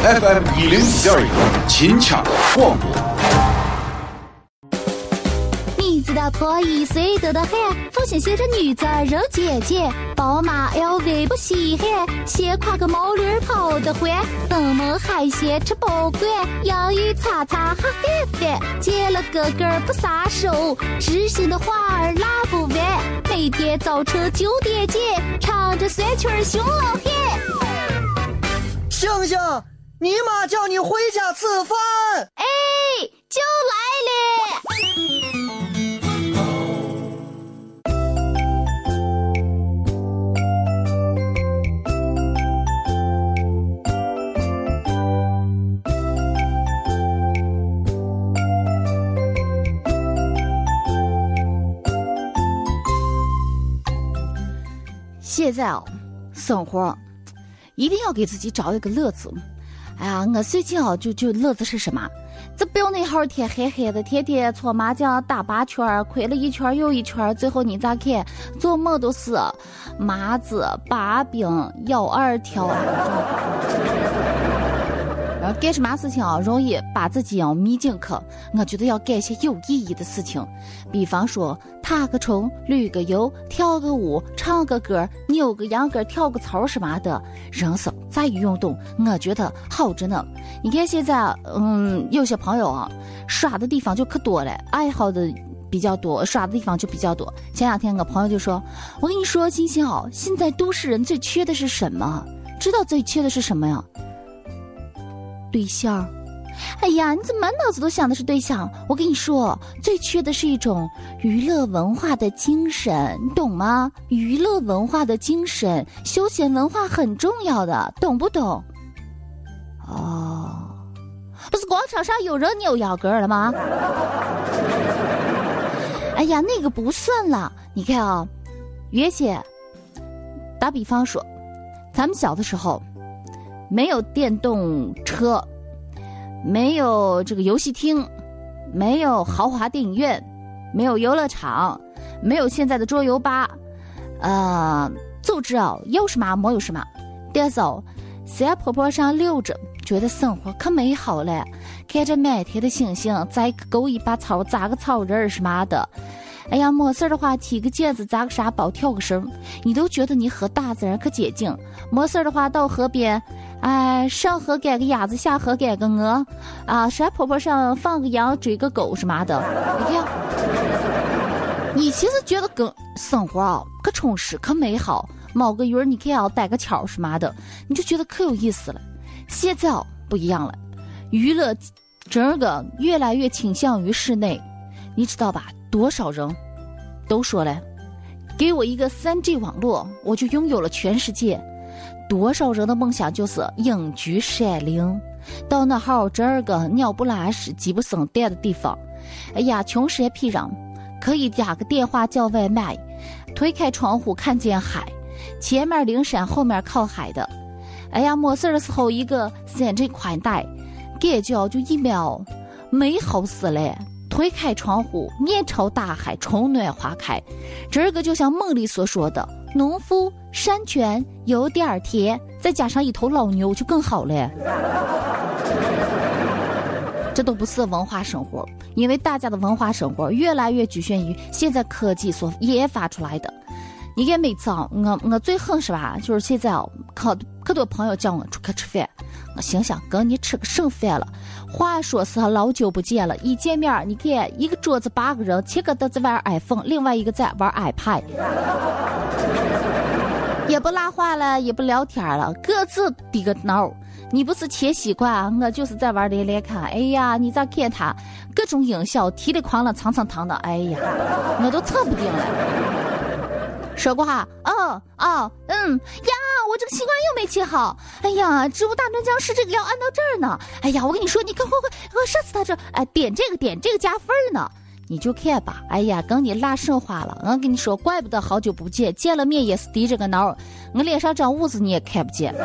FM105.1秦腔广播。 你知道婆1岁多的很，父亲写着女子肉姐姐，宝马 LV 不稀罕，斜挎个毛驴跑得欢，登门海鲜吃饱惯，洋芋擦擦哈饭饭，见了哥哥不撒手，知心的话儿拉不完，每天早晨9点见，唱着酸曲儿熊老汉。 星星，你妈叫你回家吃饭。 哎，就来了。现在生活一定要给自己找一个乐子。哎呀，我最近就乐子是什么？这不用那好天黑黑的，天天搓麻将打8圈，亏了1圈又1圈，最后你咋看？做梦都是麻子、把柄、咬2条。然后干什么事情容易把自己迷进去？我觉得要干一些有意义的事情，比方说踏个虫、旅个游、跳个舞、唱个歌、扭个秧歌、跳个槽什么的。人生在于运动，我觉得好着呢。你看现在，有些朋友耍的地方就可多了，爱好的比较多，耍的地方就比较多。前2天我朋友就说：“我跟你说，星星现在都市人最缺的是什么？知道最缺的是什么呀？对象。哎呀，你怎么满脑子都想的是对象？我跟你说，最缺的是一种娱乐文化的精神，你懂吗？娱乐文化的精神，休闲文化很重要的，懂不懂？哦，不是广场上有人扭秧歌了吗？哎呀，那个不算了。你看原先打比方说，咱们小的时候没有电动车，没有这个游戏厅，没有豪华电影院，没有游乐场，没有现在的桌游吧，就知道有什么没有什么。但是山坡坡上溜着，觉得生活可美好了，看着满天的星星，再勾一把草，扎个草人什么的。哎呀，没事的话踢个毽子，砸个沙包，跳个绳，你都觉得你和大自然可接近。没事的话到河边，上河赶个鸭子，下河赶个鹅，山坡坡上放个羊，追个狗什么的。你看，你其实觉得跟生活可充实可美好，冒个鱼你看逮个巧什么的，你就觉得可有意思了。现在不一样了，娱乐整个越来越倾向于室内，你知道吧？多少人都说了，给我一个3G 网络，我就拥有了全世界。多少人的梦想就是隐居山林，到那好这个鸟不拉屎鸡不生蛋的地方。哎呀，穷山僻壤可以打个电话叫外卖，推开窗户看见海，前面临山后面靠海的。哎呀，没事的时候一个3G 宽带，感觉就1秒美好死了。推开窗户，面朝大海，春暖花开。这个就像梦里所说的，农夫山泉有点甜，再加上一头老牛就更好了。这都不是文化生活，因为大家的文化生活越来越局限于现在科技所研发出来的。你看每次我最恨是吧？就是现在可多朋友叫我出去吃饭，我心想跟你吃个剩饭了。话说是老久不见了，一见面你看一个桌子8个人，7个都在玩 iPhone， 另外一个在玩 iPad， 也不拉话了，也不聊天了，各自低个脑。你不是切西瓜，我就是在玩连连看。哎呀，你咋看他各种营销提里哐了苍苍堂的，哎呀，我都测不定了。说过哈，我这个西瓜又没切好。哎呀，植物大专家是这个要按到这儿呢。哎呀，我跟你说，你快，我射死他这，点这个加分呢。你就看吧，哎呀，跟你拉神话了。我跟你说，怪不得好久不见，见了面也是低着个脑，我脸上长痦子你也看不见。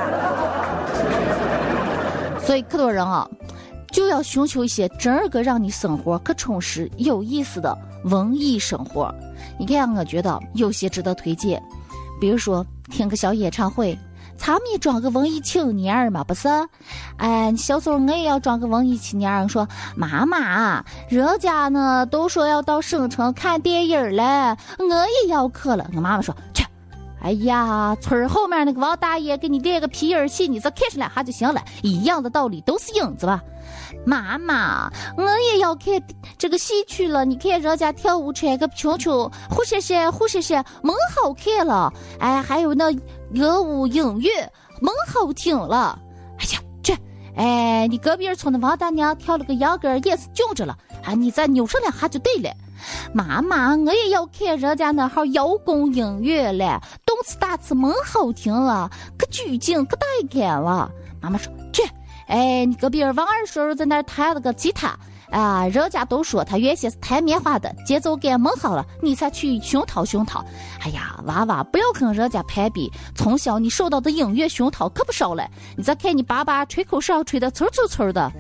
所以可多人就要寻求一些真个让你生活可充实有意思的文艺生活。你看，我觉得有些值得推荐，比如说听个小演唱会， 他们也装个文艺青年嘛，不是？哎，小时候我也要装个文艺青年。说妈妈，人家呢都说要到省城看电影了，我也要去了。我妈妈说去。哎呀，村后面那个王大爷给你列个皮影戏，你再看出来哈就行了，一样的道理，都是影子吧。妈妈，我也要看这个戏曲了，你看人家跳舞穿个裙裙，呼闪闪呼闪闪，蛮好看了。哎，还有那歌舞音乐，蛮好听了。哎呀，这，哎，你隔壁村的王大娘跳了个秧歌，也是俊着了，啊，你再扭上两下就对了。妈妈，我也要看人家那号摇滚音乐了，动次打次蛮好听了，可拘谨可带感了。妈妈说这，哎，你隔壁王二叔在那儿弹了个吉他啊，人家都说他原先是弹棉花的，节奏感蛮好了，你才去熏陶熏陶。哎呀，娃娃不要跟人家攀比，从小你受到的音乐熏陶可不少了。你再看你爸爸吹口哨吹得呲呲呲的。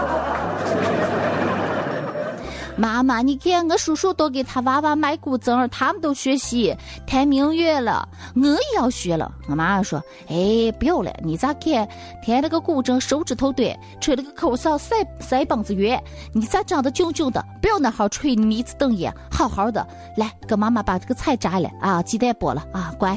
妈妈，你看我叔叔都给他娃娃买古筝，他们都学习弹民乐了，我也要学了。我妈妈说，哎，不要了，你咋看弹了个古筝手指头短，吹了个口哨腮帮子圆，你咋长得俊俊的，不要那好吹迷子瞪眼，好好的来跟妈妈把这个菜摘了啊，鸡蛋剥了啊，乖。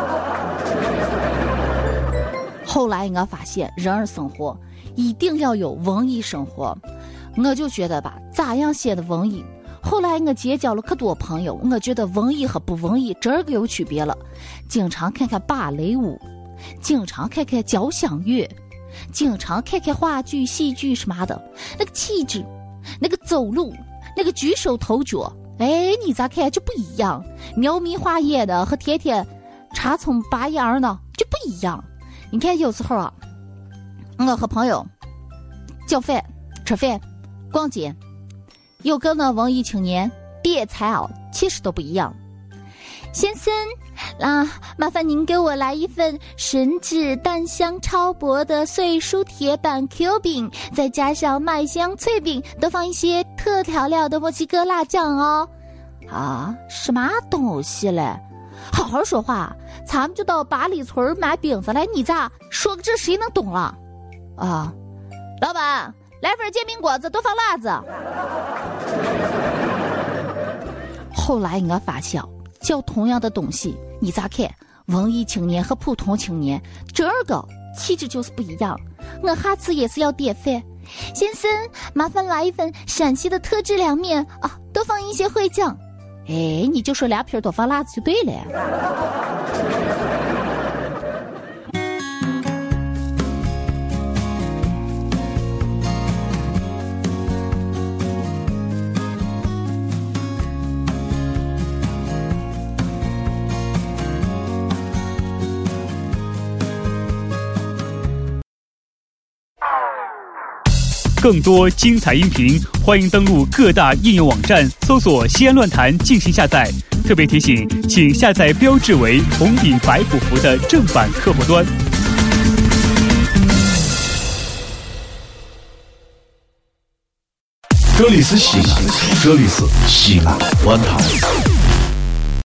后来我发现人生活一定要有文艺生活，我就觉得吧，咋样写的文艺？后来我结交了可多朋友，我觉得文艺和不文艺这个有区别了。经常看看芭蕾舞，经常看看交响乐，经常看看话剧、戏剧什么的，那个气质，那个走路，那个举手投脚，哎，你咋看就不一样。描眉画眼的和天天插葱拔秧呢就不一样。你看有时候啊，我和朋友叫饭、吃饭、逛街，有个呢文艺青年点菜啊，其实都不一样。先生麻烦您给我来一份吮指淡香超薄的碎酥铁板 Q 饼，再加上麦香脆饼，多放一些特调料的墨西哥辣酱哦。啊，什么东西嘞？好好说话，咱们就到八里村买饼子来，你咋说个这谁能懂了？啊，老板，来份煎饼果子，多放辣子。后来我发现，叫同样的东西，你咋看？文艺青年和普通青年，这个气质就是不一样。我下次也是要点饭，先生，麻烦来一份陕西的特制凉面啊，多放一些烩酱。哎，你就说2片多放辣子就对了。 更多精彩音频，欢迎登录各大应用网站搜索西安论坛进行下载。特别提醒，请下载标志为红底白虎符的正版客户端。 这里是西安，这里是西安论坛。